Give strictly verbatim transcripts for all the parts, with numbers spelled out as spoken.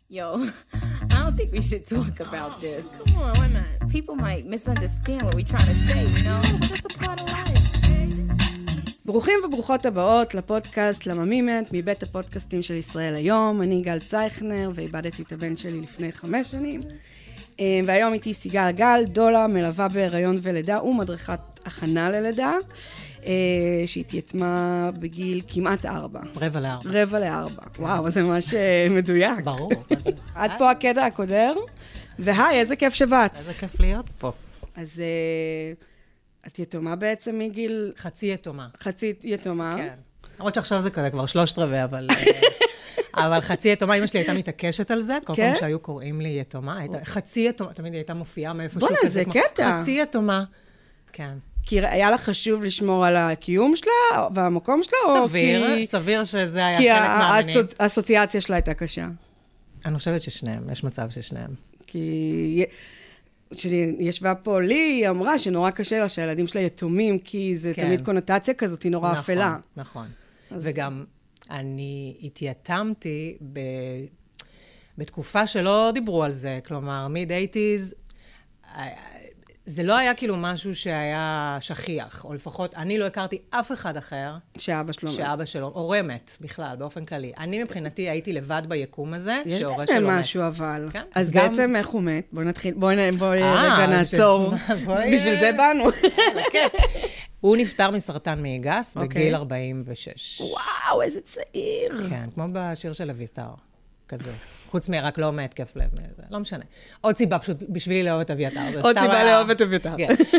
Yo, I don't think we should talk about this. Come on, why not? People might misunderstand what we're trying to say, you know? That's a part of life. ברוכים וברוכות הבאות לפודקאסט לממימת מבית הפודקאסטים של ישראל היום. אני גל צייכנר ואיבדתי את הבן שלי לפני חמש שנים. והיום איתי סיגל גל, דולה, מלווה בהיריון ולידה ומדריכת הכנה ללידה, שהתייתמה בגיל כמעט ארבע. רבע לארבע. רבע לארבע. וואו, זה ממש מדויק. ברור. עד פה הקטע הקודר, והי, איזה כיף שבאת. איזה כיף להיות פה. אז את יתומה בעצם מגיל... חצי יתומה. חצי יתומה. כן. למרות שעכשיו זה כזה כבר שלושת רבעי, אבל... אבל חצי יתומה, אמא שלי הייתה מתעקשת על זה, כל פעם שהיו קוראים לי יתומה, חצי יתומה, תמיד הייתה מופיעה מאיפשהו כזה. בוא'נה, זה קטע. חצי יתומה, כן. כי היה לה חשוב לשמור על הקיום שלה והמקום שלה, או כי... סביר, סביר שזה היה חלק מהמניעים. כי האסוציאציה שלה הייתה קשה. אני חושבת ששניהם, יש מצב ששניהם. כי... כשהיא ישבה פה לי, היא אמרה שנורא קשה לה שהילדים שלה יתומים, כי זה תמיד קונוטציה כזאת, היא נורא אפלה. נכון, נכון. וגם אני התייתמתי בתקופה שלא דיברו על זה, כלומר, מיד-אייטיז, זה לא היה כאילו משהו שהיה שכיח, או לפחות אני לא הכרתי אף אחד אחר. שאבא שלו. שאבא שלו, או רמת בכלל, באופן כללי. אני מבחינתי הייתי לבד ביקום הזה, יש שהורה בזה שלו מת. משהו אבל. כן? אז גם... בעצם איך הוא מת? בואי נתחיל, בואי רגע נעצור. בשביל זה באנו. הוא נפטר מסרטן מעי גס בגיל ארבעים ושש. וואו, איזה צעיר. כן, כמו בשיר של אביתר, כזה. חוץ מרק לא מהתקף לב, לא משנה. עוד סיבה פשוט בשבילי לאהוב את אביתר. עוד סיבה לאהוב את אביתר.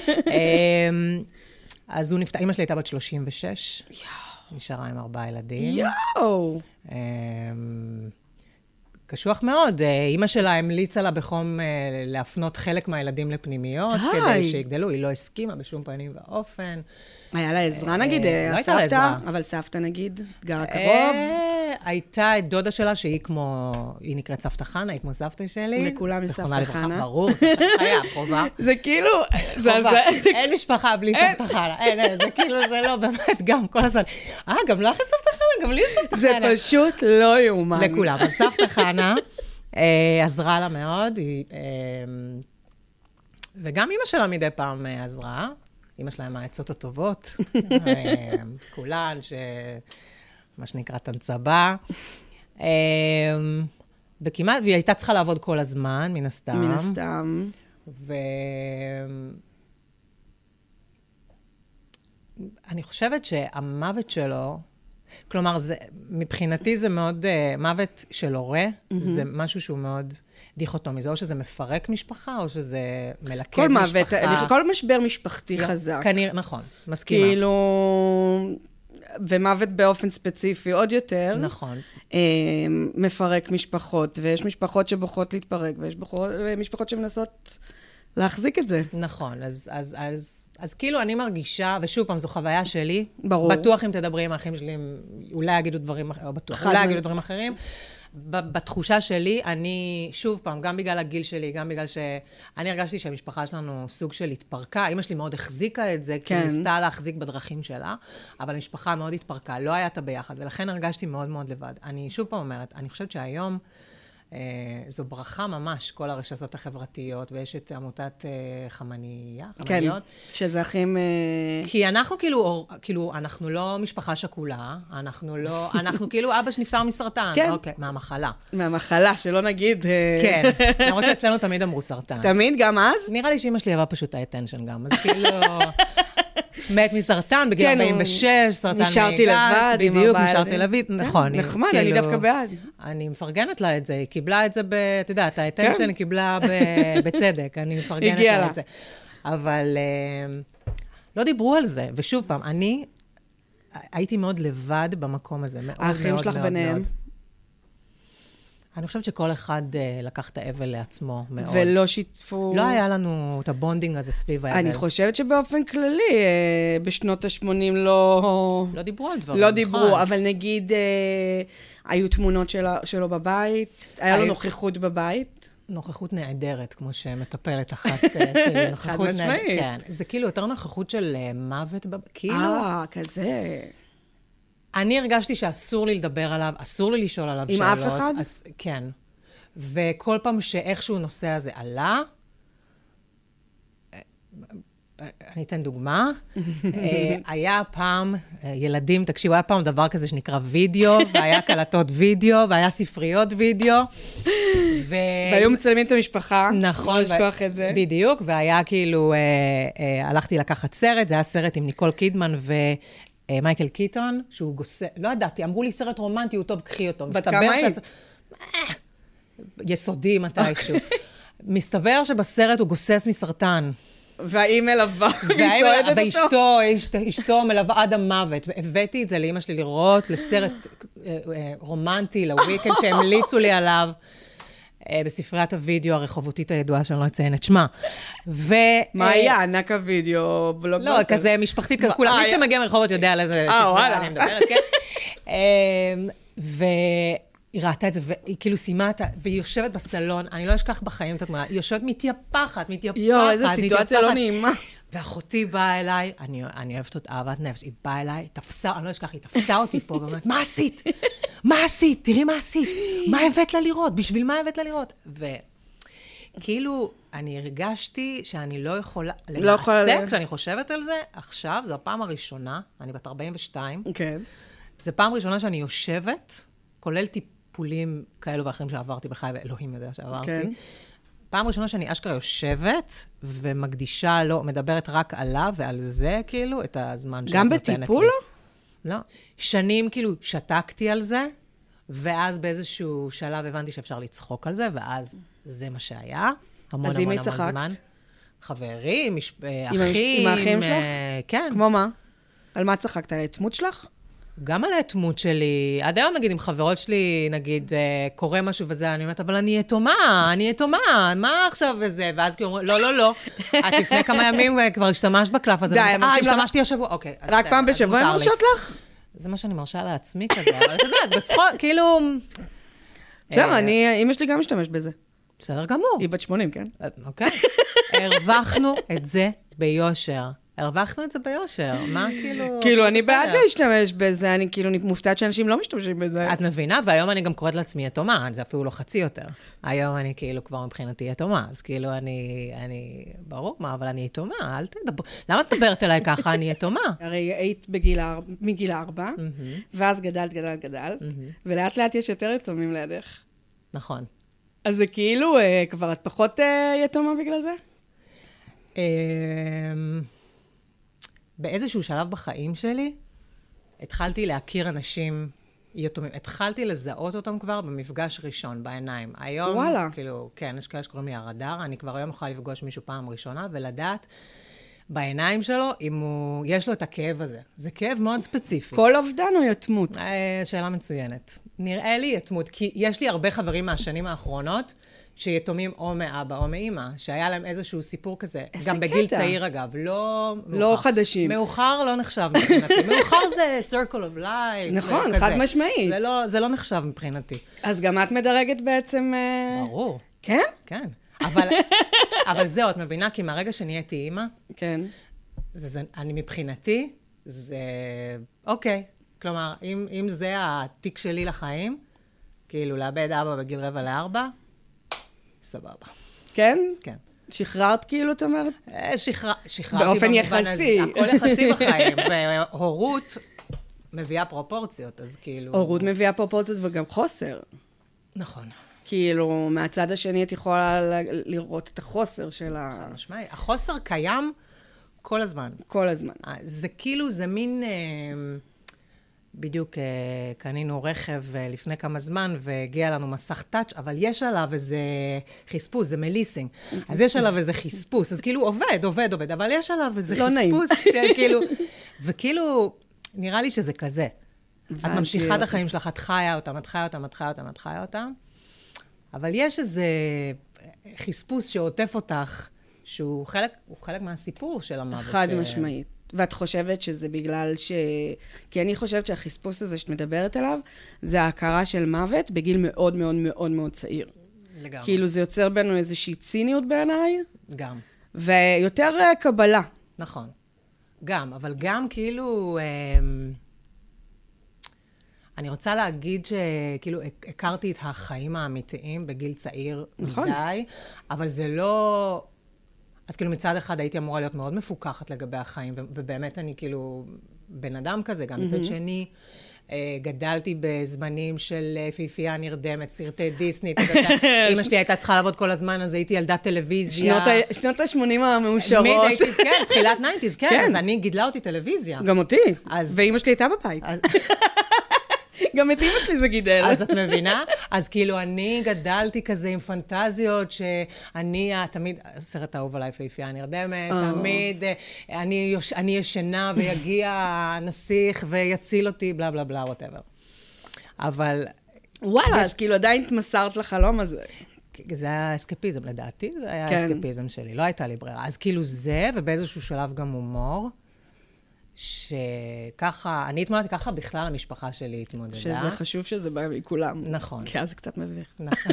אז הוא נפטר, אמא שלי הייתה בת שלושים ושש. נשארה עם ארבעה ילדים. יואו. קשוח מאוד. אמא שלה המליצה לה בחום להפנות חלק מהילדים לפנימיות, כדי שיגדלו. היא לא הסכימה בשום פנים ואופן. היה לה עזרה נגיד, הסבתא, אבל סבתא נגיד, גרה קרוב. הייתה את דודה שלה שהיא כמו, היא נקראת סבתא חנה, היא כמו סבתא שלי. לכולם יש סבתא חנה. ברור, סבתא חיה, חובה. זה כאילו, חובה. אין משפחה בלי סבתא חנה. אין, זה כאילו, זה לא באמת, גם כל הזמן. אה, גם לך יש סבתא חנה, גם לי יש סבתא חנה. זה פשוט לא יאומן. לכולם. אז סבתא חנה עזרה לה מאוד, וגם אמא שלה מדי פעם עזרה. אמא שלהם העצות הטובות, כולן, מה שנקרא תנצבה. וכמעט, והיא הייתה צריכה לעבוד כל הזמן, מן הסתם. מן הסתם. ואני חושבת שהמוות שלו, כלומר, זה, מבחינתי זה מאוד, מוות של הורה, זה משהו שהוא מאוד דיכוטומי. זה או שזה מפרק משפחה, או שזה מלכד כל משפחה. מוות, כל משבר משפחתי חזק. כנראה, נכון, מסכימה. כאילו, ומוות באופן ספציפי עוד יותר. נכון. מפרק משפחות, ויש משפחות שבוחרות להתפרק, ויש משפחות שמנסות להחזיק את זה. נכון, אז, אז, אז, אז כאילו אני מרגישה, ושוב פעם, זו חוויה שלי. ברור. בטוח אם תדברי עם האחים שלי, אולי יגידו דברים, או בטוח, אולי יגידו דברים אחרים. בתחושה שלי, אני, שוב פעם, גם בגלל הגיל שלי, גם בגלל שאני הרגשתי שהמשפחה שלנו סוג של התפרקה, אמא שלי מאוד החזיקה את זה, כי היא ניסתה להחזיק בדרכים שלה, אבל המשפחה מאוד התפרקה, לא הייתה ביחד, ולכן הרגשתי מאוד מאוד לבד. אני שוב פעם אומרת, אני חושבת שהיום, זו ברכה ממש, כל הרשתות החברתיות, ויש את עמותת חמניה, חמניות. כן, שזה אחים... כי אנחנו כאילו, כאילו, אנחנו לא משפחה שכולה, אנחנו לא, אנחנו כאילו אבא שנפטר מסרטן. כן. אוקיי, מהמחלה. מהמחלה, שלא נגיד... כן, למרות שאצלנו תמיד אמרו סרטן. תמיד, גם אז? נראה לי שאמא שלי אהבה פשוט האטנשן גם, אז כאילו... מת מסרטן, בגיל ארבעים ושש, סרטן מעי גס. נשארתי לבד. בדיוק, נשארתי לבד. נכון. נחמד, אני דווקא בעד. אני מפרגנת לה את זה, היא קיבלה את זה, את יודעת, האטנשן היא קיבלה בצדק, אני מפרגנת לה את זה. אבל לא דיברו על זה, ושוב פעם, אני הייתי מאוד לבד במקום הזה, מאוד מאוד מאוד. האחים שלך ביניהם? אני חושבת שכל אחד uh, לקח את האבל לעצמו מאוד. ולא שיתפו... לא היה לנו את הבונדינג הזה סביב האבל. אני חושבת שבאופן כללי, uh, בשנות ה-שמונים לא... לא דיברו על דברים, לא נכון. דיברו, אבל נגיד, uh, היו תמונות שלה, שלו בבית, היה לו נוכחות בבית. נוכחות נהדרת, כמו שמטפלת אחת שלי. חד משמעית. כן, זה כאילו יותר נוכחות של מוות, כאילו... אה, כזה... אני הרגשתי שאסור לי לדבר עליו, אסור לי לשאול עליו עם שאלות. אף אחד? אז, כן. וכל פעם שאיכשהו נושא הזה עלה, אני אתן דוגמה, היה פעם, ילדים, תקשיבו, היה פעם דבר כזה שנקרא וידאו, והיה קלטות וידאו, והיה ספריות וידאו. והיו מצלמים את המשפחה. נכון. לא לשכוח את זה. בדיוק, והיה כאילו, הלכתי לקחת סרט, זה היה סרט עם ניקול קידמן ומייקל קיטון, שהוא גוסס, לא ידעתי, אמרו לי סרט רומנטי, הוא טוב, קחי אותו. בת כמה היית? יסודי מתישהו. מסתבר שבסרט הוא גוסס מסרטן. והיא מלווה, והיא סועדת אותו. ואשתו, אשתו מלווה עד המוות. והבאתי את זה לאמא שלי לראות, לסרט רומנטי, לוויקנד שהמליצו לי עליו, בספריית הוידאו הרחובותית הידועה, שאני לא אציין את שמה. מה היה? ענק הוידאו, בלוגבאסטר? לא, כזה משפחתית, כזה כולה. מי שמגיע מרחובות יודע על איזה ספרייה אני מדברת, כן? ו... היא ראתה את זה, והיא כאילו סיימה את ה... והיא יושבת בסלון, אני לא אשכח בחיים את התמונה, היא יושבת מתייפחת, מתייפחת, יו, איזו סיטואציה לא נעימה. ואחותי באה אליי, אני, אני אוהבת אותה, אהבת נפש, היא באה אליי, תפסה, אני לא אשכח, היא תפסה אותי פה, ואומרת, מה עשית? מה עשית? תראי מה עשית. מה הבאת לה לראות? בשביל מה הבאת לה לראות? וכאילו, אני הרגשתי שאני לא יכולה... לא יכולה... למעשה, כשאני חושבת על זה, עכשיו, זו הפעם הראשונה, אני בת ארבעים ושתיים, כן. זו פעם ראשונה שאני יושבת, כולל טיפולים כאלו ואחרים שעברתי בחיי, ואלוהים יודע שעברתי. כן. פעם ראשונה שאני אשכרה יושבת, ומקדישה לו, מדברת רק עליו ועל זה, כאילו, את הזמן שאת נותנת לי. גם בטיפול? לא. שנים, כאילו, שתקתי על זה, ואז באיזשהו שלב הבנתי שאפשר לצחוק על זה, ואז זה מה שהיה. המון המון המון זמן. חברים, אחים. עם האחים שלך? כן. כמו מה? על מה צחקת? על העצמות שלך? גם על העצמות שלי. עד היום, נגיד, עם חברות שלי, נגיד, קורה משהו וזה, אני אומרת, אבל אני יתומה, אני יתומה, מה עכשיו וזה? ואז כאילו אומרים, לא, לא, לא. את לפני כמה ימים כבר השתמשת בקלף הזה. די, אה, השתמשתי השבוע, אוקיי. רק פעם בשבוע הן מרשות לך? זה מה שאני מרשה לעצמי כזה, אבל את יודעת, בצחוק, כאילו... בסדר, אני, אמא שלי גם משתמשת בזה. בסדר גמור. היא בת שמונים, כן? אוקיי. הרווחנו את זה ביושר. הרווחנו את זה ביושר. מה כאילו... כאילו, אני בעד להשתמש בזה, אני כאילו מופתעת שאנשים לא משתמשים בזה. את מבינה? והיום אני גם קוראת לעצמי יתומה, זה אפילו לא חצי יותר. היום אני כאילו כבר מבחינתי יתומה, אז כאילו אני, אני, ברור מה, אבל אני יתומה, אל תדבר. למה את מדברת אליי ככה? אני יתומה. הרי היית מגיל ארבע, ואז גדלת, גדלת, גדלת, ולאט לאט יש יותר יתומים לידך. נכון. אז זה כאילו, כבר את פחות יתומה בגלל זה? באיזשהו שלב בחיים שלי, התחלתי להכיר אנשים יתומים. התחלתי לזהות אותם כבר במפגש ראשון, בעיניים. היום, וואלה. כאילו, כן, יש כאלה שקוראים לי הרדאר, אני כבר היום יכולה לפגוש מישהו פעם ראשונה, ולדעת בעיניים שלו, אם הוא, יש לו את הכאב הזה. זה כאב מאוד ספציפי. כל אובדן או יתמות? שאלה מצוינת. נראה לי יתמות, כי יש לי הרבה חברים מהשנים האחרונות, שיתומים או מאבא או מאמא, שהיה להם איזשהו סיפור כזה. איזה גם קטע. בגיל צעיר, אגב, לא... לא מאוחר. חדשים. מאוחר לא נחשב מבחינתי. מאוחר זה circle of life. נכון, כזה. חד משמעית. זה לא, זה לא נחשב מבחינתי. אז גם את מדרגת בעצם... ברור. כן? כן. אבל, אבל זהו, את מבינה, כי מהרגע שנהייתי אימא, כן. זה, זה, אני מבחינתי, זה... אוקיי. כלומר, אם, אם זה התיק שלי לחיים, כאילו, לאבד אבא בגיל רבע לארבע, סבבה. כן? כן. שחררת כאילו, את אומרת? שחרר, שחררתי באופן יחסי. הכל יחסי בחיים, והורות מביאה פרופורציות, אז כאילו... הורות מביאה פרופורציות וגם חוסר. נכון. כאילו, מהצד השני את יכולה לראות את החוסר של ה... משמעי, החוסר קיים כל הזמן. כל הזמן. זה כאילו, זה מין... בדיוק קנינו רכב לפני כמה זמן, והגיע לנו מסך טאץ', אבל יש עליו איזה חספוס, זה מליסינג. אז יש עליו איזה חספוס, אז כאילו עובד, עובד, עובד, אבל יש עליו איזה חספוס, כאילו, וכאילו, נראה לי שזה כזה. את ממשיכה את החיים שלך, את חיה אותם, את חיה אותם, את חיה אותם, את חיה אותם, אבל יש איזה חספוס שעוטף אותך, שהוא חלק, הוא חלק מהסיפור של המוות. חד משמעית. ואת חושבת שזה בגלל ש... כי אני חושבת שהחספוס הזה שאת מדברת עליו, זה ההכרה של מוות בגיל מאוד מאוד מאוד מאוד צעיר. לגמרי. כאילו זה יוצר בנו איזושהי ציניות בעיניי. גם. ויותר קבלה. נכון. גם, אבל גם כאילו... אני רוצה להגיד שכאילו הכרתי את החיים האמיתיים בגיל צעיר נכון. מדי, אבל זה לא... אז כאילו מצד אחד הייתי אמורה להיות מאוד מפוקחת לגבי החיים, ובאמת אני כאילו בן אדם כזה, גם מצד שני, גדלתי בזמנים של פיפייה נרדמת, סרטי דיסני, אמא שלי הייתה צריכה לעבוד כל הזמן, אז הייתי ילדת טלוויזיה. שנות ה-שמונים המאושרות. מיד-אייטיז, כן, תחילת ניינטיז, כן, אז אני גידלה אותי טלוויזיה. גם אותי, ואמא שלי הייתה בבית. גם את אמא שלי זה גידל. אז את מבינה? אז כאילו אני גדלתי כזה עם פנטזיות שאני תמיד, סרט האהוב עליי פיפייה נרדמת, תמיד אני ישנה ויגיע הנסיך ויציל אותי, בלה בלה בלה, whatever. אבל... וואלה, אז כאילו עדיין התמסרת לחלום הזה. זה היה אסקפיזם לדעתי, זה היה אסקפיזם שלי, לא הייתה לי ברירה. אז כאילו זה, ובאיזשהו שלב גם הומור. שככה, אני התמודדתי ככה בכלל המשפחה שלי התמודדה. שזה חשוב שזה בא מכולם. נכון. כי אז זה קצת מביך. נכון.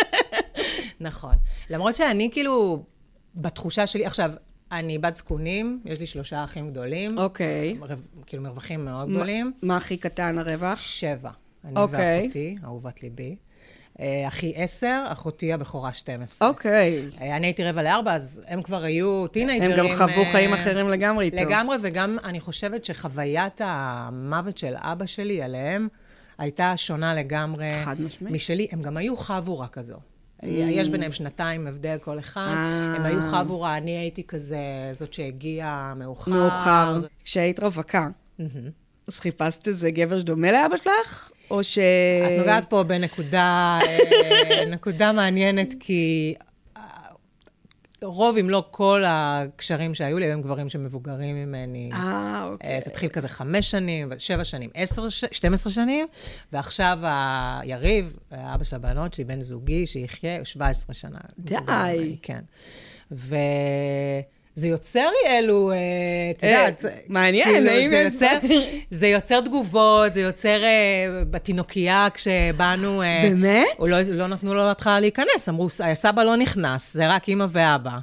נכון. למרות שאני כאילו, בתחושה שלי, עכשיו, אני בת זקונים, יש לי שלושה אחים גדולים. אוקיי. כאילו מרווחים מאוד גדולים. מה הכי קטן הרווח? שבע. אני ואחותי, אהובת ליבי. אחי עשר, אחותי הבכורה שתים עשרה. אוקיי. אני הייתי רבע לארבע, אז הם כבר היו טינג'רים. הם גם חוו חיים אחרים לגמרי איתו. לגמרי, וגם אני חושבת שחוויית המוות של אבא שלי עליהם, הייתה שונה לגמרי. חד משמעית. משלי, הם גם היו חבורה כזו. יש ביניהם שנתיים הבדל כל אחד. הם היו חבורה, אני הייתי כזה, זאת שהגיעה מאוחר. מאוחר. כשהיית רווקה, אז חיפשת איזה גבר שדומה לאבא שלך? או ש... את נוגעת פה בנקודה נקודה מעניינת, כי רוב, אם לא כל הקשרים שהיו לי, הם גברים שמבוגרים ממני. אה, אוקיי. זה התחיל כזה חמש שנים, שבע שנים, עשר, שתים עשרה שנים, ועכשיו היריב, אבא של הבנות שלי, בן זוגי, שיחיה, שבע עשרה שנה. די. כן. ו... זה יוצר לי אלו, את יודעת, מעניין, האם יש... זה יוצר תגובות, זה יוצר בתינוקייה כשבאנו... באמת? לא נתנו לו להתחלה להיכנס, אמרו, הסבא לא נכנס, זה רק אמא ואבא.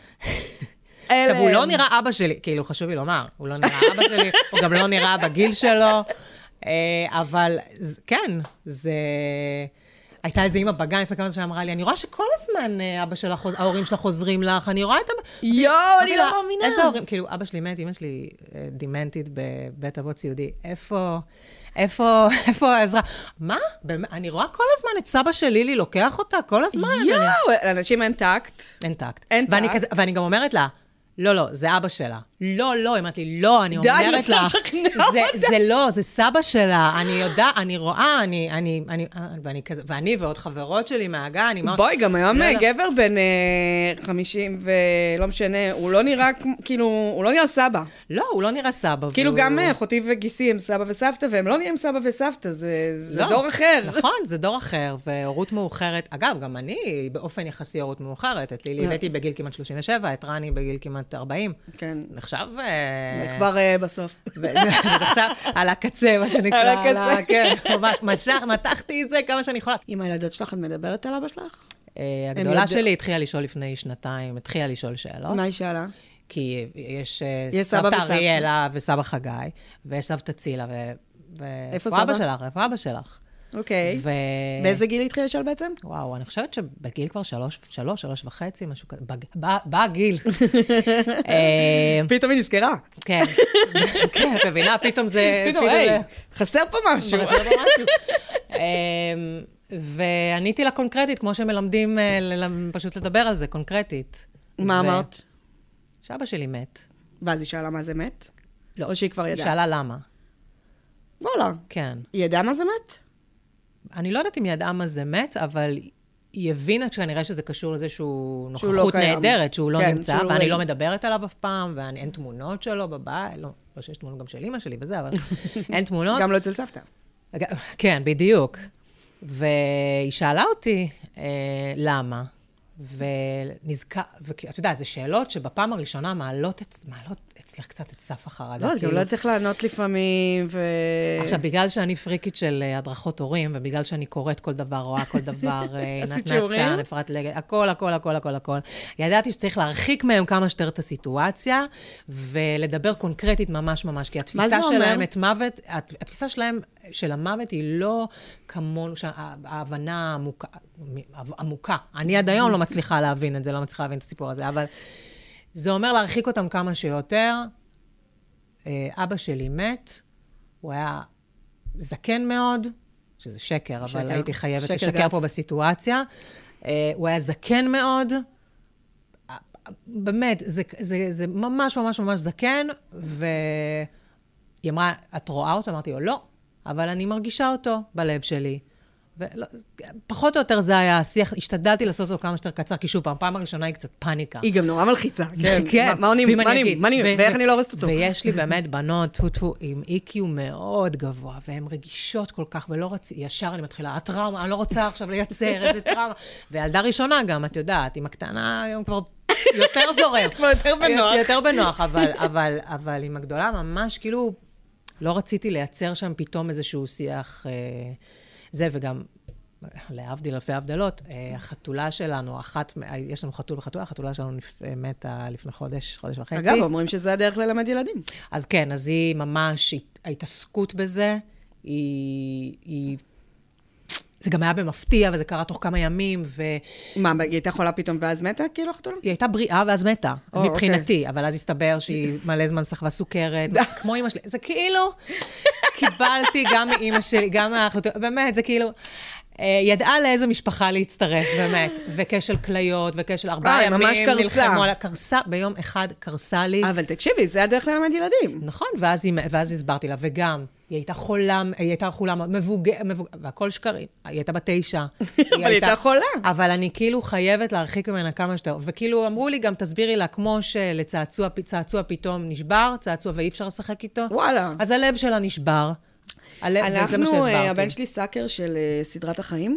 עכשיו, הוא לא נראה אבא שלי, כאילו חשוב לי לומר, הוא לא נראה אבא שלי, הוא גם לא נראה בגיל שלו, אבל כן, זה... הייתה איזה אמא בגן לפני כמה זמן שאמרה לי, אני רואה שכל הזמן אבא של ההורים שלה חוזרים לך, אני רואה את אבא... יואו, אני לא מאמינה. איזה הורים, כאילו, אבא שלי מת, אמא שלי דימנטית בבית אבות סיעודי. איפה, איפה, איפה העזרה? מה? אני רואה כל הזמן את סבא של לילי, לוקח אותה כל הזמן. יואו, לאנשים אין טקט. אין טקט. אין טקט. ואני גם אומרת לה, לא, לא, זה אבא שלה. לא, לא, אמרת לי, לא, אני אומרת לה, זה לא, זה סבא שלה, אני יודעת, אני רואה, אני, אני, אני, ואני כזה, ואני ועוד חברות שלי מהגן, אני... בואי, גם היום גבר בן חמישים ולא משנה, הוא לא נראה, כאילו, הוא לא נראה סבא. לא, הוא לא נראה סבא. כאילו גם אחותי וגיסי הם סבא וסבתא, והם לא נראים סבא וסבתא, זה דור אחר. נכון, זה דור אחר, והורות מאוחרת, אגב, גם אני באופן יחסי הורות מאוחרת, את לילי הבאתי בגיל כמעט שלושים ושבע, את רני בגיל כמעט ארבעים. כן. עכשיו... זה כבר בסוף. עכשיו, על הקצה, מה שנקרא. על הקצה. כן, ממש, משך, מתחתי את זה כמה שאני יכולה. עם הילדות שלך, את מדברת על אבא שלך? הגדולה שלי התחילה לשאול לפני שנתיים, התחילה לשאול שאלות. מה היא שאלה? כי יש סבתא אריאלה וסבא חגי, ויש סבתא צילה, ואיפה אבא שלך? איפה אבא שלך? אוקיי. באיזה גיל התחילה לשאול בעצם? וואו, אני חושבת שבגיל כבר שלוש, שלוש, שלוש וחצי, משהו כזה, בא הגיל. פתאום היא נזכרה. כן, כן, את מבינה, פתאום זה... פתאום, היי, חסר פה משהו. חסר פה משהו. ועניתי לה קונקרטית, כמו שמלמדים פשוט לדבר על זה, קונקרטית. מה אמרת? שאבא שלי מת. ואז היא שאלה מה זה מת? לא. או שהיא כבר ידעה? שאלה למה. וואלה. כן. היא ידעה מה זה מת? אני לא יודעת אם היא ידעה מה זה מת, אבל היא הבינה כשנראה שזה קשור לזה שהוא נוכחות נהדרת, שהוא לא נמצא, ואני לא מדברת עליו אף פעם, ואין תמונות שלו בבית, לא שיש תמונות גם של אמא שלי וזה, אבל אין תמונות. גם לא אצל סבתא. כן, בדיוק. והיא שאלה אותי למה, ונזכר, ואת יודעת, זה שאלות שבפעם הראשונה מעלות אצלך קצת את סף החרדה. לא, גם לא צריך לענות לפעמים, ו... עכשיו, בגלל שאני פריקית של הדרכות הורים, ובגלל שאני קוראת כל דבר, רואה כל דבר, נתנתן, אפרת לגד, הכל, הכל, הכל, הכל, הכל. ידעתי שצריך להרחיק מהם כמה שיותר את הסיטואציה, ולדבר קונקרטית ממש ממש, כי התפיסה שלהם את מוות, התפיסה שלהם של המוות היא לא כמונו, ההבנה עמוקה, עמוקה. אני עד היום לא מצליחה להבין את זה, לא מצליחה להבין את הסיפור הזה, אבל זה אומר להרחיק אותם כמה שיותר. אבא שלי מת, הוא היה זקן מאוד, שזה שקר, אבל שקר. הייתי חייבת לשקר פה בסיטואציה. הוא היה זקן מאוד, באמת, זה, זה, זה ממש ממש ממש זקן, והיא אמרה, את רואה אותו? אמרתי לו, לא, אבל אני מרגישה אותו בלב שלי. ולא, פחות או יותר זה היה השיח, השתדלתי לעשות אותו כמה שיותר קצר, כי שוב, פעם, פעם הראשונה היא קצת פאניקה. היא גם נורא מלחיצה. כן, כן. מה עונים, מה עונים, מה עונים, ואיך אני לא הורסת אותו. ויש לי באמת בנות, טפו טפו, עם אי קיו מאוד גבוה, והן רגישות כל כך, ולא רצי, ישר אני מתחילה, הטראומה, אני לא רוצה עכשיו לייצר איזה טראומה. וילדה ראשונה גם, את יודעת, עם הקטנה, היום כבר יותר זורם. כבר יותר בנוח. יותר בנוח, אבל, אבל, אבל עם הגדולה ממש, כאילו, לא רציתי לייצר שם פתאום איזשהו שיח, זה וגם, להבדיל אלפי הבדלות, החתולה שלנו, אחת, יש לנו חתול וחתולה, החתולה שלנו מתה לפני חודש, חודש וחצי. אגב, אומרים שזה הדרך ללמד ילדים. אז כן, אז היא ממש, ההתעסקות בזה, היא, היא, זה גם היה במפתיע, וזה קרה תוך כמה ימים, ו... מה, היא הייתה חולה פתאום ואז מתה, כאילו, החתולה? היא הייתה בריאה ואז מתה, מבחינתי, אבל אז הסתבר שהיא מלא זמן סחבה סוכרת, כמו אמא שלי, זה כאילו, קיבלתי גם מאמא שלי, גם מהחתולה, באמת, זה כאילו... ידעה לאיזה משפחה להצטרף, באמת, וכשל כליות, וכשל ארבעה ימים, ממש קרסה. קרסה, ביום אחד קרסה לי. אבל תקשיבי, זה הדרך ללמד ילדים. נכון, ואז, ואז הסברתי לה, וגם, היא הייתה חולה, היא הייתה חולה מאוד, מבוגרת, והכל שקרים, היא הייתה בתשע. אבל היא הייתה חולה. אבל אני כאילו חייבת להרחיק ממנה כמה שיותר, וכאילו אמרו לי גם, תסבירי לה, כמו שלצעצוע, צעצוע פתאום נשבר, צעצוע ואי אפשר לשחק איתו. וואלה. אז הלב שלה נשבר. אנחנו, הבן שלי סאקר של סדרת החיים.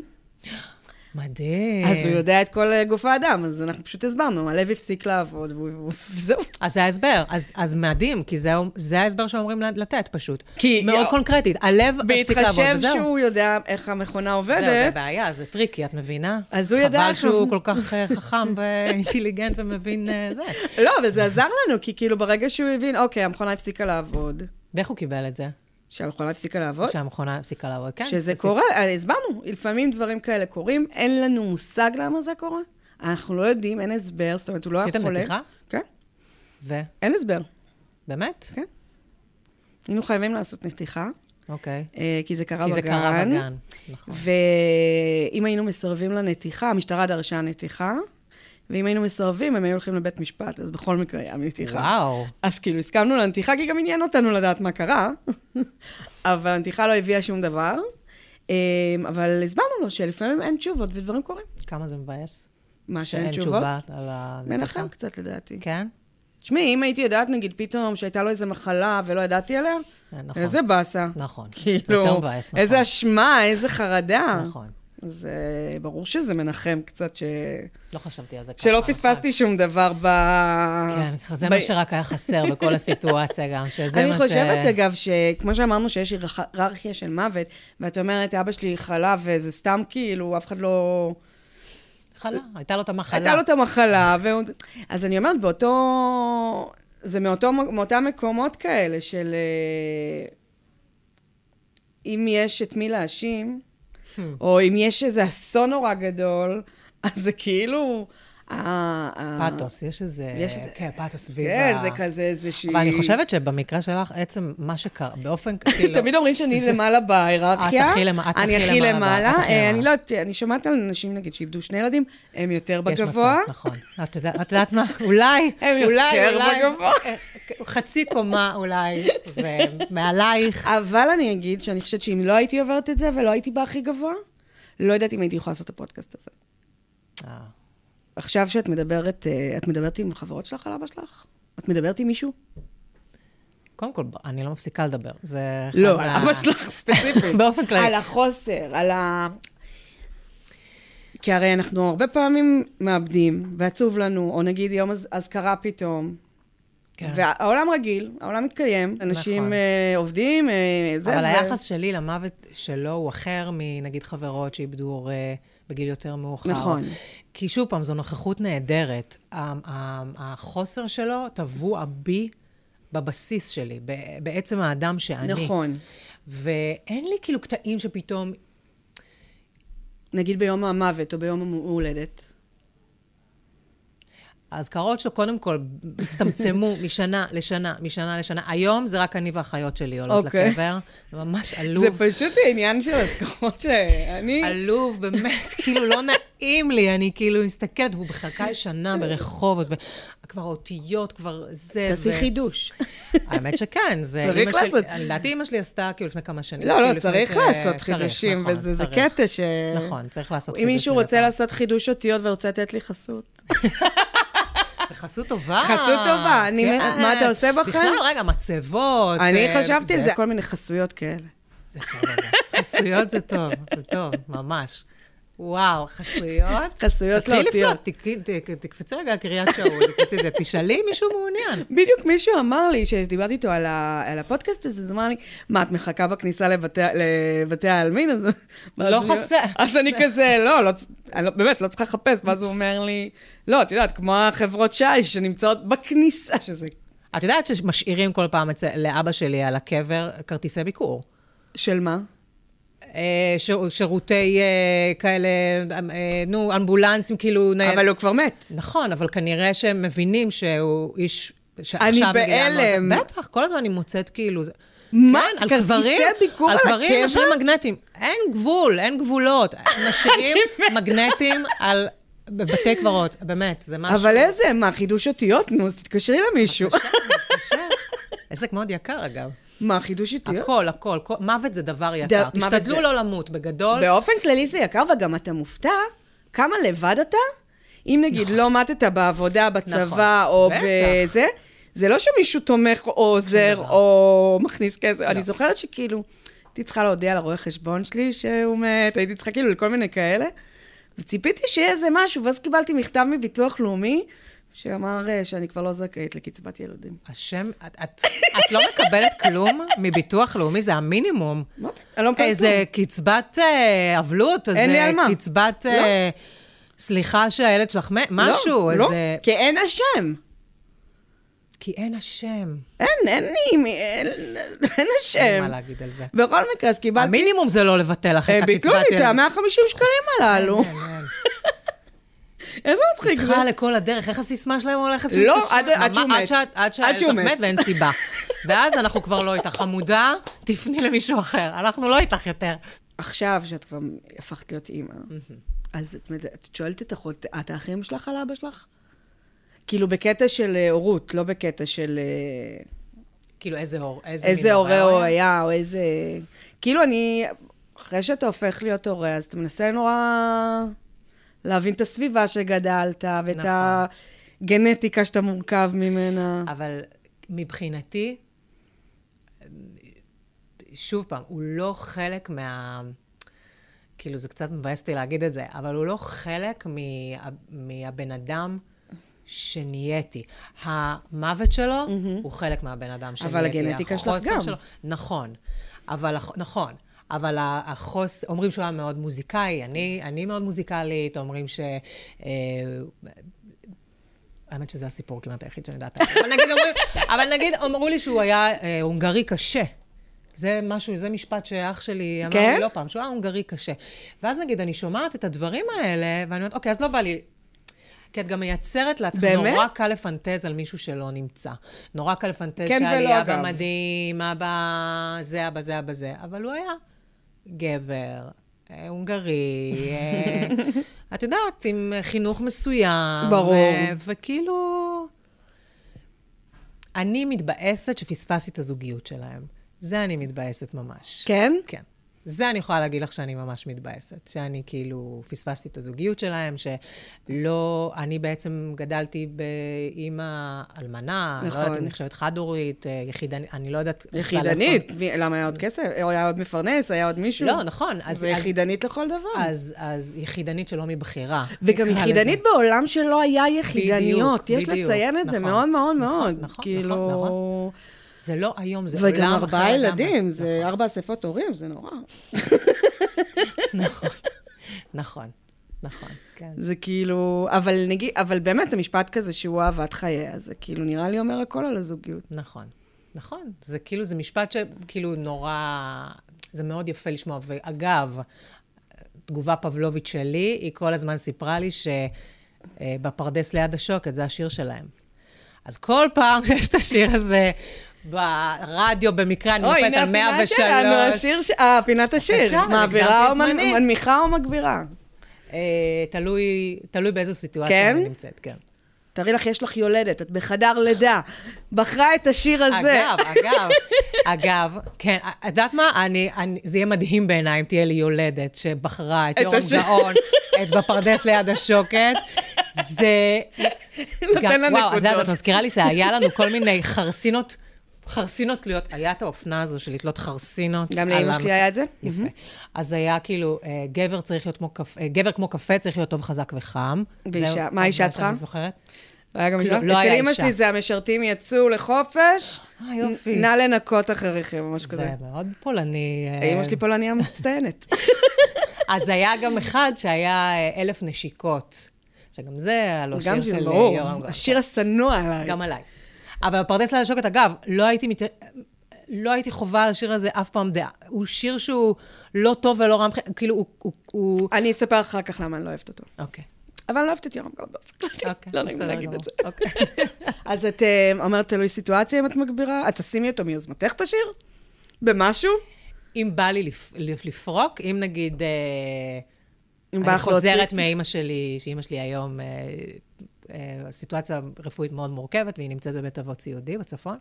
מדהים. אז הוא יודע את כל גוף האדם, אז אנחנו פשוט הסברנו, הלב הפסיק לעבוד, וזהו. אז זה ההסבר, אז מדהים, כי זה ההסבר שאומרים לתת פשוט. מאוד קונקרטית, הלב הפסיק לעבוד, וזהו. בהתחשב שהוא יודע איך המכונה עובדת. זהו, זה בעיה, זה טריקי, את מבינה? אז הוא ידע... חבל שהוא כל כך חכם ואינטליגנט ומבין זה. לא, אבל זה עזר לנו, כי כאילו ברגע שהוא הבין, אוקיי, המכונה הפסיקה לעבוד. ואיך הוא קיבל את זה? שהמכונה הפסיקה לעבוד? שהמכונה הפסיקה לעבוד, כן. שזה קורה, הסברנו, לפעמים דברים כאלה קורים, אין לנו מושג למה זה קורה, אנחנו לא יודעים, אין הסבר, זאת אומרת, הוא לא היה חולה. עשיתם נתיחה? כן. ו? אין הסבר. באמת? כן. היינו חייבים לעשות נתיחה. אוקיי. כי זה קרה בגן. כי זה קרה בגן, נכון. ואם היינו מסרבים לנתיחה, המשטרה דרשה נתיחה, ואם היינו מסרבים, הם היו הולכים לבית משפט, אז בכל מקרה היה נתיחה. וואו. אז כאילו, הסכמנו לנתיחה, כי גם עניין אותנו לדעת מה קרה, אבל הנתיחה לא הביאה שום דבר, אבל הסברנו לו שלפעמים אין תשובות ודברים קורים. כמה זה מבאס? מה, שאין תשובות? שאין תשובה על הנתיחה? מנחם קצת, לדעתי. כן? תשמעי, אם הייתי יודעת, נגיד, פתאום שהייתה לו איזו מחלה ולא ידעתי עליה, נכון. איזה באסה. נכון. כאילו, יותר מבאס, נכון. איזה אשמה, איזה חרדה. נכון. אז ברור שזה מנחם קצת ש... לא חשבבתי על זה ככה. שלא פספסתי שום דבר ב... כן, זה מה שרק היה חסר בכל הסיטואציה גם, שזה מה ש... אני חושבת, אגב, שכמו שאמרנו שיש היררכיה של מוות, ואת אומרת, אבא שלי חלה, וזה סתם כאילו, אף אחד לא... חלה, הייתה לו את המחלה. הייתה לו את המחלה, אז אני אומרת, באותו... זה מאותם מקומות כאלה של... אם יש את מי להאשים, או אם יש איזה אסון נורא גדול, אז זה כאילו... פאטוס, יש איזה... יש איזה... כן, פאטוס סביב ה... כן, זה כזה איזושהי... אבל אני חושבת שבמקרה שלך, עצם מה שקרה, באופן כאילו... תמיד אומרים שאני למעלה בהיררכיה. את הכי למעלה. אני הכי למעלה. אני לא יודעת, אני שומעת על אנשים, נגיד, שאיבדו שני ילדים, הם יותר בגבוה. יש מצב, נכון. את יודעת מה? אולי, הם יותר בגבוה. חצי קומה אולי, זה מעלייך. אבל אני אגיד שאני חושבת שאם לא הייתי עוברת את זה, ולא הייתי בהכי גבוה, לא יודעת אם הייתי יכולה לעשות את הפודקאסט הזה. אה. עכשיו שאת מדברת, את מדברת עם חברות שלך על אבא שלך? את מדברת עם מישהו? קודם כל, אני לא מפסיקה לדבר. זה... לא, על אבא שלך ספציפית. באופן כללי. על החוסר, על ה... כי הרי אנחנו הרבה פעמים מאבדים, ועצוב לנו, או נגיד יום אז קרה פתאום, כן. והעולם רגיל, העולם מתקיים, אנשים נכון. עובדים, זה... אבל ו... היחס שלי למוות שלו הוא אחר מנגיד חברות שאיבדו הורה בגיל יותר מאוחר. נכון. כי שוב פעם, זו נוכחות נהדרת. החוסר שלו טבוע בי בבסיס שלי, בעצם האדם שאני. נכון. ואין לי כאילו קטעים שפתאום... נגיד ביום המוות או ביום ההולדת. ההזכרות שלו קודם כל הצטמצמו משנה לשנה, משנה לשנה. היום זה רק אני והאחיות שלי עולות okay. לקבר. זה ממש עלוב. זה פשוט העניין של הזכרות שאני... עלוב, באמת, כאילו לא נעים לי. אני כאילו מסתכלת, והוא בחלקה ישנה ברחובות, וכבר האותיות, כבר זה... תעשי ו... חידוש. האמת שכן. צריך לעשות. אני לדעתי אמא שלי עשתה כאילו לפני כמה שנים. לא, לא, צריך לעשות חידושים, וזה קטע ש... נכון, צריך לעשות חידוש. אם מישהו רוצה לעשות חידוש אותיות ורוצה לתת לי חסות. חסות טובה. חסות טובה. מה אתה עושה בכם? בכלל, רגע, מצבות. אני חשבתי על זה. כל מיני חסויות כאלה. זה טוב, חסויות זה טוב, זה טוב, ממש. וואו, חסויות. חסויות לאותיות. תקפצי רגע על קריית שאול, תשאלי מישהו מעוניין. בדיוק מישהו אמר לי, שדיברתי איתו על הפודקאסט הזה, אז אמר לי, מה, את מחכה בכניסה לבתי העלמין? לא חסר. אז אני כזה, לא, באמת, לא צריכה לחפש, ואז הוא אומר לי, לא, את יודעת, כמו החברות שי שנמצאות בכניסה שזה. את יודעת שמשאירים כל פעם לאבא שלי על הקבר כרטיסי ביקור. של מה? שירותי כאלה, נו, אמבולנסים, כאילו... אבל הוא כבר מת. נכון, אבל כנראה שהם מבינים שהוא איש... אני באלם. בטח, כל הזמן אני מוצאת כאילו... מה? כרטיסי ביקור על הקבר? על קברים משאירים מגנטים. אין גבול, אין גבולות. משאירים מגנטים על... בבתי קברות, באמת, זה משהו... אבל איזה, מה, חידוש אותיות? נו, אז תתקשרי למישהו. תתקשר, עסק מאוד יקר, אגב. מה, חידוש אותיות? הכל, הכל. מוות זה דבר יקר. תשתדלו לא למות, בגדול. באופן כללי זה יקר, וגם אתה מופתע כמה לבד אתה, אם נגיד לא מתת בעבודה, בצבא, או בזה, זה לא שמישהו תומך או עוזר, או מכניס כסף. אני זוכרת שכאילו, הייתי צריכה להודיע לרואה חשבון שלי שהוא מת, הייתי צריכה כאילו לכל מיני כאלה, וציפיתי שיהיה איזה משהו, ואז קיבלתי מכתב מביטוח לאומי, שאמר שאני כבר לא זכאית לקצבת ילדים. השם, את, את, את לא מקבלת כלום מביטוח לאומי, זה המינימום. מה? אני לא מקבלת כלום. איזה קצבת אבלות, אין לי על מה. קצבת, סליחה שהילד שלך, משהו, לא, לא, כי אין השם. כי אין השם. אין, אין לי, אין, אין השם. אין מה להגיד על זה. בכל מקרה, אז קיבלתי... המינימום זה לא לבטל לך את הקצבת ילד. ביטלו לי את ה-מאה וחמישים שקלים הללו. אין, אין, אין. איזה מצחיק זה? צריכה לכל הדרך, איך הסיסמה שלהם הולכת? לא, עד שהוא מת. עד שהילד שלך מת ואין סיבה. ואז אנחנו כבר לא איתך. חמודה, תפני למישהו אחר. אנחנו לא איתך יותר. עכשיו שאת כבר הפכת להיות אימא, אז את שואלת את אחות, את האחים שלך על אבא שלך? כאילו בקטע של הורות, לא בקטע של... כאילו איזה הור, איזה הורה הוא היה, או איזה... כאילו אני, אחרי שאתה הופך להיות הורה, אז אתה מנסה נורא להבין את הסביבה שגדלת, ואת הגנטיקה שאתה מורכב ממנה. אבל מבחינתי, שוב פעם, הוא לא חלק מה... כאילו זה קצת מבאסתי להגיד את זה, אבל הוא לא חלק מה... מהבן אדם שנהייתי. המוות שלו mm-hmm. הוא חלק מהבן אדם שנהייתי. אבל הגנטיקה שלך גם. שלו, נכון, אבל, נכון. אבל החוס, אומרים שהוא היה מאוד מוזיקאי, אני, אני מאוד מוזיקלית, אומרים ש... אה, האמת שזה הסיפור כמעט היחיד שאני יודעת. אבל נגיד, אומרים, אבל נגיד, אמרו לי שהוא היה אה, הונגרי קשה. זה משהו, זה משפט שאח שלי אמר כן? לי לא פעם, שהוא היה הונגרי קשה. ואז נגיד, אני שומעת את הדברים האלה, ואני אומרת, אוקיי, אז לא בא לי... כי את גם מייצרת לעצמך, נורא קל לפנטז על מישהו שלא נמצא. נורא קל לפנטז כן שהיה לי אבא מדהים, אבא זה, אבא זה, אבא זה. אבל הוא היה גבר, הונגרי, את יודעת, עם חינוך מסוים. ברור. וכאילו, אני מתבאסת שפספסתי את הזוגיות שלהם. זה אני מתבאסת ממש. כן? כן. זה אני יכולה להגיד לך שאני ממש מתבאסת, שאני כאילו פספסתי את הזוגיות שלהם, שלא, אני בעצם גדלתי באמא אלמנה, נכון. לא יודעת אם נחשבת חד-הורית, יחידנית, אני לא יודעת... יחידנית? למה היה עוד כסף? או היה עוד מפרנס? היה עוד מישהו? לא, נכון. זה יחידנית לכל דבר. אז, אז יחידנית שלא מבחירה. וגם יחידנית בעולם שלא היה יחידניות. יש לציין את זה מאוד מאוד מאוד. נכון, כאילו... נכון. זה לא היום, זה עולם אחר. וגם ארבעה ילדים, זה ארבע אספות הורים, זה נורא. נכון, נכון, נכון, כן. זה כאילו, אבל נגיד, אבל באמת המשפט כזה שהוא אהבת חייה, זה כאילו נראה לי אומר הכל על הזוגיות. נכון, נכון. זה כאילו, זה משפט שכאילו נורא, זה מאוד יפה לשמוע. ואגב, תגובה פבלובית שלי, היא כל הזמן סיפרה לי שבפרדס ליד השוקת, זה השיר שלהם. אז כל פעם שיש את השיר הזה ברדיו, במקרה, אני נופלת על מאה ושלוש. אוי, הנה הפינה שלנו, השיר, אה, פינת השיר. מעבירה או מנמיכה או מגבירה? תלוי באיזו סיטואציה אני נמצאת, כן. תראי לך, יש לך יולדת, את בחדר לידה, בחרה את השיר הזה. אגב, אגב, אגב, כן, את יודעת מה? זה יהיה מדהים בעיניי אם תהיה לי יולדת שבחרה את יורם גאון, את בפרדס ליד השוקת. זה... נותן לה נקודות. וואו, את מזכירה לי שהיה לנו כל מיני חרסינות, חרסינות להיות, היה את האופנה הזו של לתלות חרסינות. גם לאמא שלי היה את זה? יפה. אז היה כאילו, גבר צריך להיות כמו קפה, גבר כמו קפה צריך להיות טוב חזק וחם. ואישה, מה האישה צריכה? אני זוכרת. היה גם אישה? אצל אמא שלי זה המשרתים יצאו לחופש, אה, יופי. נא לנקות אחריכם, ממש כזה. זה מאוד פולני. אמא שלי פולניה מצטיינת. אז היה גם אחד שהיה אלף נשיקות. שגם זה היה לו שיר של יורם גאון. השיר השנוא עליי. גם עליי. אבל הפרדס ליד השוקת, אגב, לא הייתי, מת... לא הייתי חובה על השיר הזה אף פעם דעה. הוא שיר שהוא לא טוב ולא רע, כאילו הוא... הוא, הוא... אני אספר אחר כך למה אני לא אוהבת אותו. אוקיי. אבל אני לא אוהבת את יורם גאון באופן. אוקיי. לא נעים להגיד את זה. אוקיי. אז את אומרת, תלוי סיטואציה אם את מגבירה? את תשימי אותו מיוזמתך את השיר? במשהו? אם בא לי לפרוק, אם נגיד... אני חוזרת מאמא שלי, שאמא שלי היום סיטואציה רפואית מאוד מורכבת, והיא נמצאת בבית אבות סיעודי בצפון,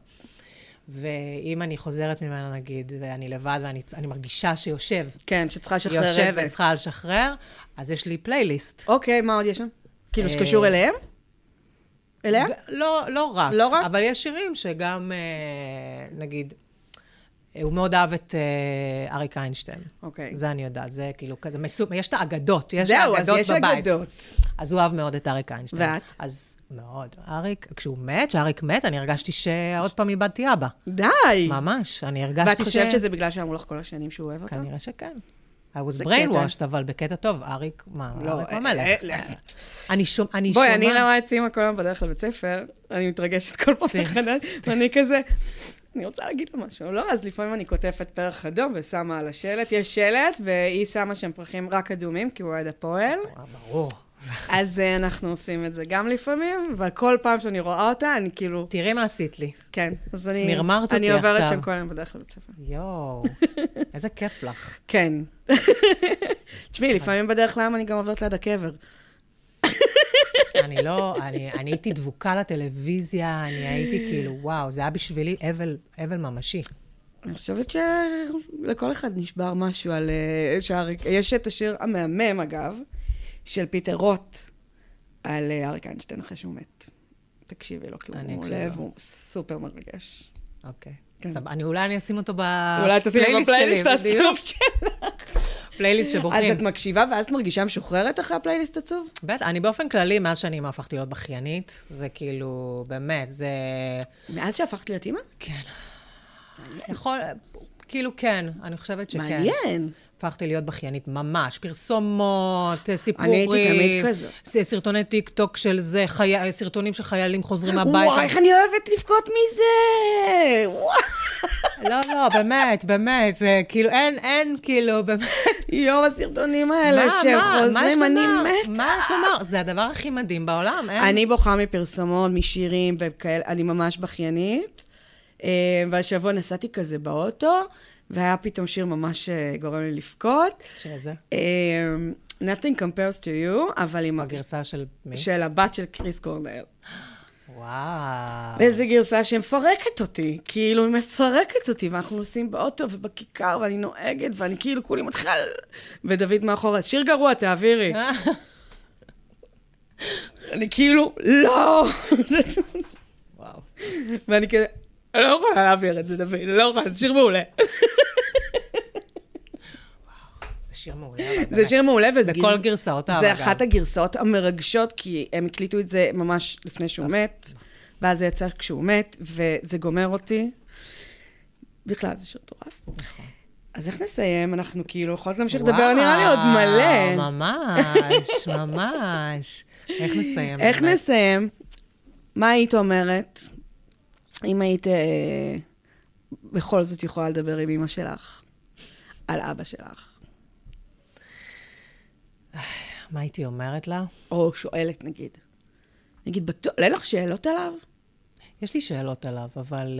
ואם אני חוזרת ממנה, נגיד, ואני לבד, ואני מרגישה שיושב, כן, שצריכה לשחרר את זה. יושב וצריכה לשחרר, אז יש לי פלייליסט. אוקיי, מה עוד יש שם? כאילו שקשור אליהם? אליה? לא, לא רק. לא רק? אבל יש שירים שגם, נגיד, הוא מאוד אהב את uh, אריק איינשטיין. אוקיי. זה אני יודעת, זה כאילו כזה מסוג, יש את האגדות, יש זהו, האגדות אז יש בבית. אגדות. אז הוא אהב מאוד את אריק איינשטיין. ואת? אז מאוד. אריק, כשהוא מת, שאריק מת, אני הרגשתי שעוד פעם איבדתי אבא. די! ממש, אני הרגשתי ש... ואת חושבת שזה בגלל שאמרו לך כל השנים שהוא אוהב אותו? כנראה שכן. I was brainwashed, אבל בקטע טוב, אריק, מה, אריק המלך. אני שומע... בואי, אני רואה את סימה כל היום בדרך לבית ספר, אני מתרגשת כל פעם מחדש, ואני כזה... אני רוצה להגיד לו משהו, לא? אז לפעמים אני כותבת פרח אדום ושמה על השלט. יש שלט, והיא שמה שם פרחים רק אדומים, כי הוא אוהד הפועל. ברור. אז אנחנו עושים את זה גם לפעמים, אבל כל פעם שאני רואה אותה, אני כאילו... תראי מה עשית לי. כן. אז אני... סמרמרת אותי אני עכשיו. עוברת שם כל היום בדרך לבית ספר. יואו, איזה כיף לך. כן. תשמעי, לפעמים בדרך למה אני גם עוברת ליד הקבר. אני לא, אני, אני הייתי דבוקה לטלוויזיה, אני הייתי כאילו, וואו, זה היה בשבילי אבל, אבל ממשי. אני חושבת שלכל אחד נשבר משהו על... שאריק, יש את השיר המהמם, אגב, של פיטר רוט, על אריק איינשטיין אחרי שהוא מת. תקשיבי לו, כי הוא לב, הוא סופר מרגש. אוקיי. אני אולי אני אשים אותו בפלייליסט שלי. אולי תשים בפלייליסט העצוב שלך. פלייליסט שבוחרים. אז את מקשיבה ואז את מרגישה משוחררת אחרי הפלייליסט עצוב? בטח, אני באופן כללי, מאז שאני הפכתי להיות בכיינית, זה כאילו, באמת, זה... מאז שהפכת להיות אימא? כן. יכול, כאילו כן, אני חושבת שכן. מעניין. הפכתי להיות בכיינית ממש, פרסומות, סיפורים. אני הייתי תמיד כזאת. סרטוני טיק טוק של זה, חי... סרטונים של חיילים חוזרים הביתה. וואי, איך אני אוהבת לבכות מזה! וואי. לא, לא, באמת, באמת, זה כאילו, אין, אין, כאילו, באמת. יום הסרטונים האלה שהם חוזרים, אני מתה. מה יש לומר? זה הדבר הכי מדהים בעולם, אין? אני בוכה מפרסומות, משירים וכאלה, אני ממש בכיינית, והשבוע נסעתי כזה באוטו, והיה פתאום שיר ממש גורם לי לבכות. שזה? Nothing compares to you, אבל עם... הגרסה של מי? של הבת של קריס קורנל. וואו. ואיזו גרסה שמפרקת אותי, כאילו היא מפרקת אותי, ואנחנו נוסעים באוטו ובכיכר, ואני נוהגת, ואני כאילו כולי מתחילה, ודוד מאחורי, שיר גרוע, תעבירי. אני כאילו, לא. וואו. ואני כזה, אני לא יכולה להעביר את זה, דוד, לא יכולה, זה שיר מעולה. זה שיר מעולה. זה שיר מעולה, וזה בכל גרסאות האהבה. זה אחת הגרסאות המרגשות, כי הם הקליטו את זה ממש לפני שהוא מת, ואז זה יצא כשהוא מת, וזה גומר אותי. בכלל, זה שיר מטורף. נכון. אז איך נסיים? אנחנו כאילו יכולות להמשיך לדבר, נראה לי עוד מלא. ממש, ממש. איך נסיים? איך נסיים? מה היית אומרת, אם היית אה, בכל זאת יכולה לדבר עם אמא שלך, על אבא שלך? מה הייתי אומרת לה? או שואלת, נגיד. נגיד, בטוח, לא לך שאלות עליו? יש לי שאלות עליו, אבל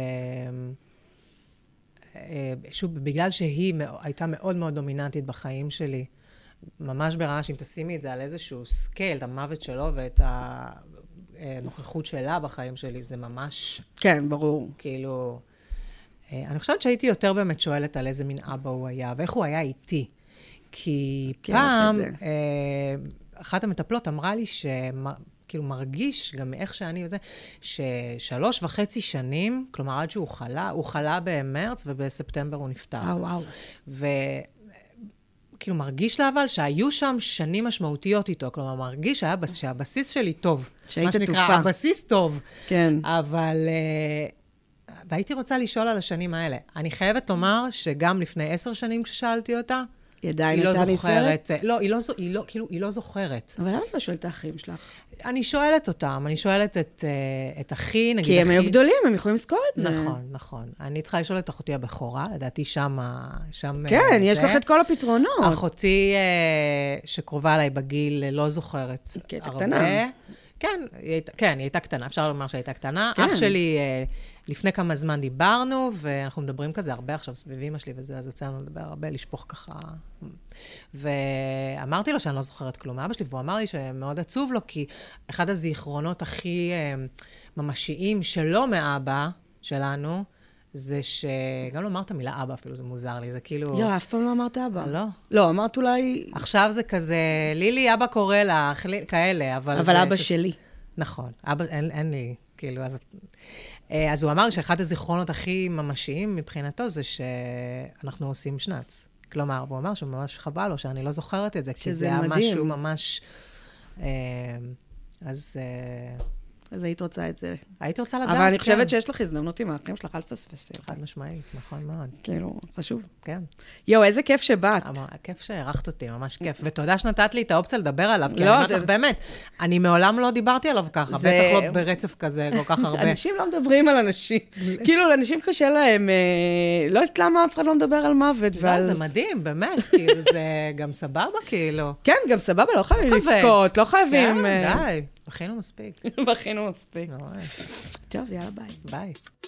שוב, בגלל שהיא הייתה מאוד מאוד דומיננטית בחיים שלי, ממש ברמה שאם תשימי את זה על איזשהו סקייל, את המוות שלו ואת הנוכחות שלה בחיים שלי, זה ממש... כן, ברור. כאילו, אני חושבת שהייתי יותר באמת שואלת על איזה מין אבא הוא היה, ואיך הוא היה איתי. כי פעם, אחת המטפלות אמרה לי ש... כאילו מרגיש, גם מאיך שאני וזה, ששלוש וחצי שנים, כלומר עד שהוא חלה, הוא חלה במרץ ובספטמבר הוא נפטר. אה, וואו. וכאילו מרגיש לה אבל שהיו שם שנים משמעותיות איתו, כלומר מרגיש שהיה, שהבסיס שלי טוב. שהיית מה שנקרא, תופה. הבסיס טוב. כן. אבל... והייתי רוצה לשאול על השנים האלה. אני חייבת לומר שגם לפני עשר שנים כששאלתי אותה, היא עדיין היא לא הייתה זוכרת. לא, היא לא, היא לא, כאילו, היא לא זוכרת. אבל למה את לא שואלת את האחים שלך? אני שואלת אותם, אני שואלת את, את אחי, נגיד כי הם אחי... היו גדולים, הם יכולים לזכור את זה. נכון, נכון. אני צריכה לשאול את אחותי הבכורה, לדעתי שם... שם כן, זה. יש לך את כל הפתרונות. אחותי שקרובה אליי בגיל לא זוכרת כי הייתה הרבה. קטנה. כן, היא הייתה, כן, היא הייתה קטנה, אפשר לומר שהייתה קטנה. כן. אח שלי, לפני כמה זמן דיברנו, ואנחנו מדברים כזה הרבה עכשיו סביב אמא שלי וזה, אז יוצא לנו לדבר הרבה, לשפוך ככה. ואמרתי לו שאני לא זוכרת כלום מאבא שלי, והוא אמר לי שמאוד עצוב לו, כי אחד הזיכרונות הכי ממשיים שלו מאבא שלנו, זה שגם לא אמרת מילה אבא אפילו, זה מוזר לי, זה כאילו... לא, אף פעם לא אמרת אבא. לא. לא, אמרת אולי... עכשיו זה כזה, לילי, אבא קורא לך, כאלה, אבל... אבל אבא שלי. נכון, אבא, אין, אין לי, כאילו, אז... אז הוא אמר לי שאחד הזיכרונות הכי ממשיים מבחינתו זה שאנחנו עושים שנץ. כלומר, הוא אמר שממש חבל לו שאני לא זוכרת את זה, כי זה היה משהו ממש... אז... אז היית רוצה את זה. היית רוצה לדעת, אבל אני חושבת שיש לך הזדמנות עם האחים שלך, אל תפספסי. חד משמעית, נכון מאוד. כאילו, חשוב. כן. יואו, איזה כיף שבאת. כיף שערכת אותי, ממש כיף. ותודה שנתת לי את האופציה לדבר עליו, כי אני אומרת לך באמת, אני מעולם לא דיברתי עליו ככה, בטח לא ברצף כזה כל כך הרבה. אנשים לא מדברים על אנשים. כאילו, לאנשים קשה להם, לא יודעת למה אף אחד לא מדבר על מוות. לא, זה מדהים, באמת, כאילו, זה גם סבבה, כאילו. כן, גם סבבה, לא חייבים לבכות, לא חייבים... כן, די, בכינו מספיק. בכינו מספיק. טוב, יאללה, ביי. ביי.